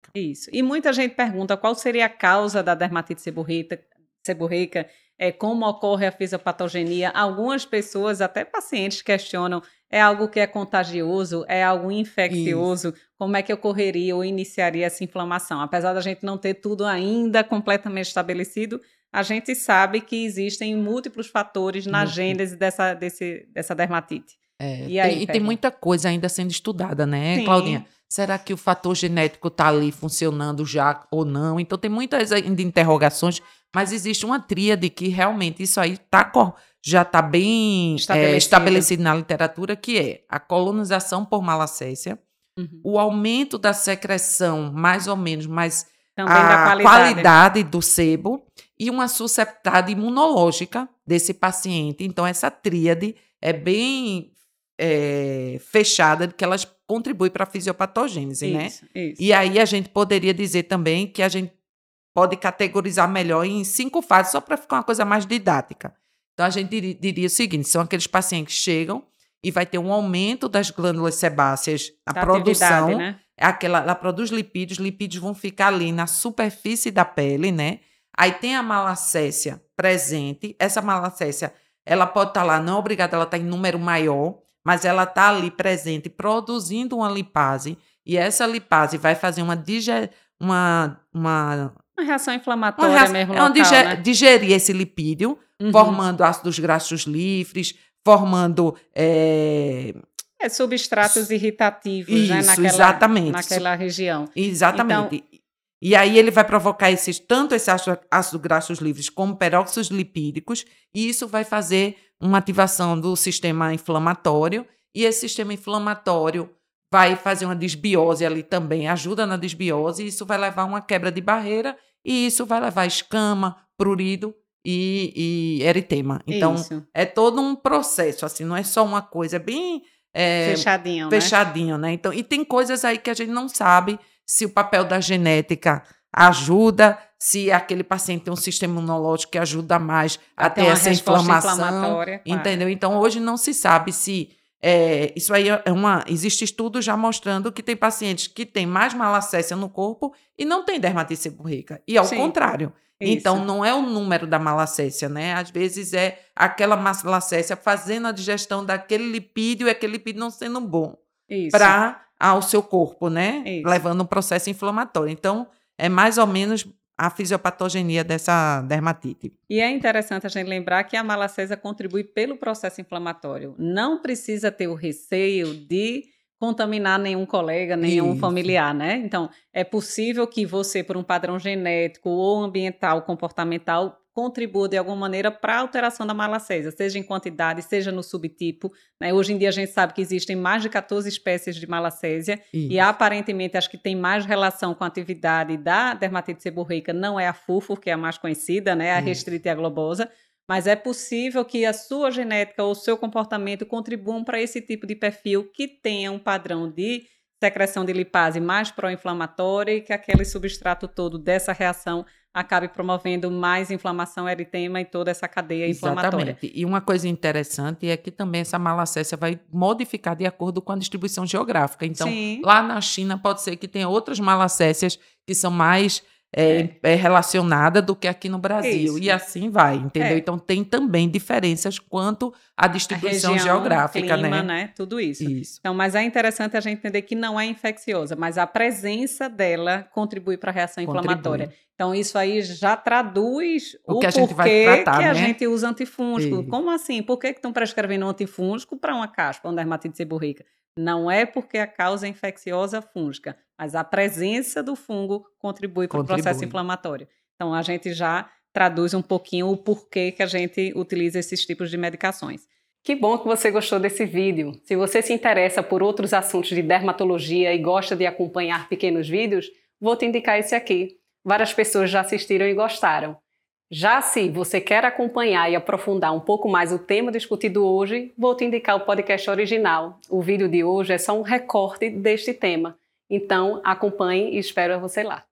Isso. E muita gente pergunta qual seria a causa da dermatite seborreica, como ocorre a fisiopatogenia. Algumas pessoas, até pacientes, questionam: é algo que é contagioso? É algo Isso. infeccioso? Como é que ocorreria ou iniciaria essa inflamação? Apesar da gente não ter tudo ainda completamente estabelecido, a gente sabe que existem múltiplos fatores na gênese dessa dermatite. E aí, Tem Pega? muita coisa ainda sendo estudada, né, Claudinha? Sim, Será que o fator genético está ali funcionando já ou não? Então tem muitas ainda interrogações, mas existe uma tríade que realmente isso aí já está bem estabelecido. estabelecido na literatura, que é a colonização por malacésia, Uhum. o aumento da secreção, mais ou menos, mas Também da a qualidade. qualidade do sebo e uma susceptibilidade imunológica desse paciente. Então, essa tríade é bem fechada, de que elas contribuem para a fisiopatogênese, né? Isso, isso. E aí a gente poderia dizer também que a gente pode categorizar melhor em 5 fases, só para ficar uma coisa mais didática. Então, a gente diria o seguinte: são aqueles pacientes que chegam e vai ter um aumento das glândulas sebáceas, a Da atividade, produção, né? ela produz lipídios vão ficar ali na superfície da pele, né? Aí tem a malacésia presente, essa malacésia, ela pode estar lá, não é obrigada ela estar em número maior, mas ela está ali presente, produzindo uma lipase, e essa lipase vai fazer Uma reação uma inflamatória reação, mesmo local, né? digerir esse lipídio, Uhum. formando ácidos graxos livres, formando Substratos irritativos, né, isso, exatamente. naquela região. Então, Exatamente. E aí ele vai provocar tanto esses ácidos graxos livres como peróxidos lipídicos, e isso vai fazer uma ativação do sistema inflamatório, e esse sistema inflamatório vai fazer uma desbiose ali também, ajuda na desbiose, e isso vai levar a uma quebra de barreira, e isso vai levar a escama, prurido e eritema. Então, isso. é todo um processo, assim, não é só uma coisa, é bem Fechadinho, né? fechadinho, né? Então, e tem coisas aí que a gente não sabe se o papel da genética ajuda, se aquele paciente tem um sistema imunológico que ajuda mais Para a ter ter uma essa resposta inflamação, inflamatória, claro. entendeu? Então, hoje não se sabe se isso aí existe estudo já mostrando que tem pacientes que têm mais malacésia no corpo e não tem dermatite seborreica. E ao Sim, contrário. Então, isso. não é o número da malacésia, né? Às vezes é aquela malacésia fazendo a digestão daquele lipídio e aquele lipídio não sendo bom Isso, para ao seu corpo, né? isso. Levando um processo inflamatório. Então, é mais ou menos a fisiopatogenia dessa dermatite. E é interessante a gente lembrar que a malacésia contribui pelo processo inflamatório. Não precisa ter o receio de contaminar nenhum colega, nenhum Isso, familiar, né? Então, é possível que você, por um padrão genético ou ambiental, comportamental, contribua de alguma maneira para a alteração da malacésia, seja em quantidade, seja no subtipo, né? Hoje em dia a gente sabe que existem mais de 14 espécies de malacésia e isso. aparentemente acho que tem mais relação com a atividade da dermatite seborreica, não é a FUFO, que é a mais conhecida, né, a Isso. restrita e a globosa, mas é possível que a sua genética ou o seu comportamento contribuam para esse tipo de perfil que tenha um padrão de secreção de lipase mais pró-inflamatória e que aquele substrato todo dessa reação acabe promovendo mais inflamação, eritema e toda essa cadeia inflamatória. Exatamente. E uma coisa interessante é que também essa malacésia vai modificar de acordo com a distribuição geográfica. Então, Sim, lá na China pode ser que tenha outras malacésias que são mais é. relacionadas do que aqui no Brasil. E Isso. assim vai, entendeu? É. Então, tem também diferenças quanto à A distribuição região, geográfica, clima, né? né? Tudo isso. Isso. Então, mas é interessante a gente entender que não é infecciosa, mas a presença dela contribui para a reação Contribui. inflamatória. Então, isso aí já traduz O o que a gente vai porquê que tratar, a né? gente usa antifúngico. Isso. Como assim? Por que estão prescrevendo um antifúngico para uma caspa, uma dermatite seborreica? Não é porque a causa é infecciosa fúngica, mas a presença do fungo contribui para o processo Contribui. inflamatório. Então, a gente já traduz um pouquinho o porquê que a gente utiliza esses tipos de medicações. Que bom que você gostou desse vídeo. Se você se interessa por outros assuntos de dermatologia e gosta de acompanhar pequenos vídeos, vou te indicar esse aqui. Várias pessoas já assistiram e gostaram. Já se você quer acompanhar e aprofundar um pouco mais o tema discutido hoje, vou te indicar o podcast original. O vídeo de hoje é só um recorte deste tema. Então, acompanhe e espero você lá.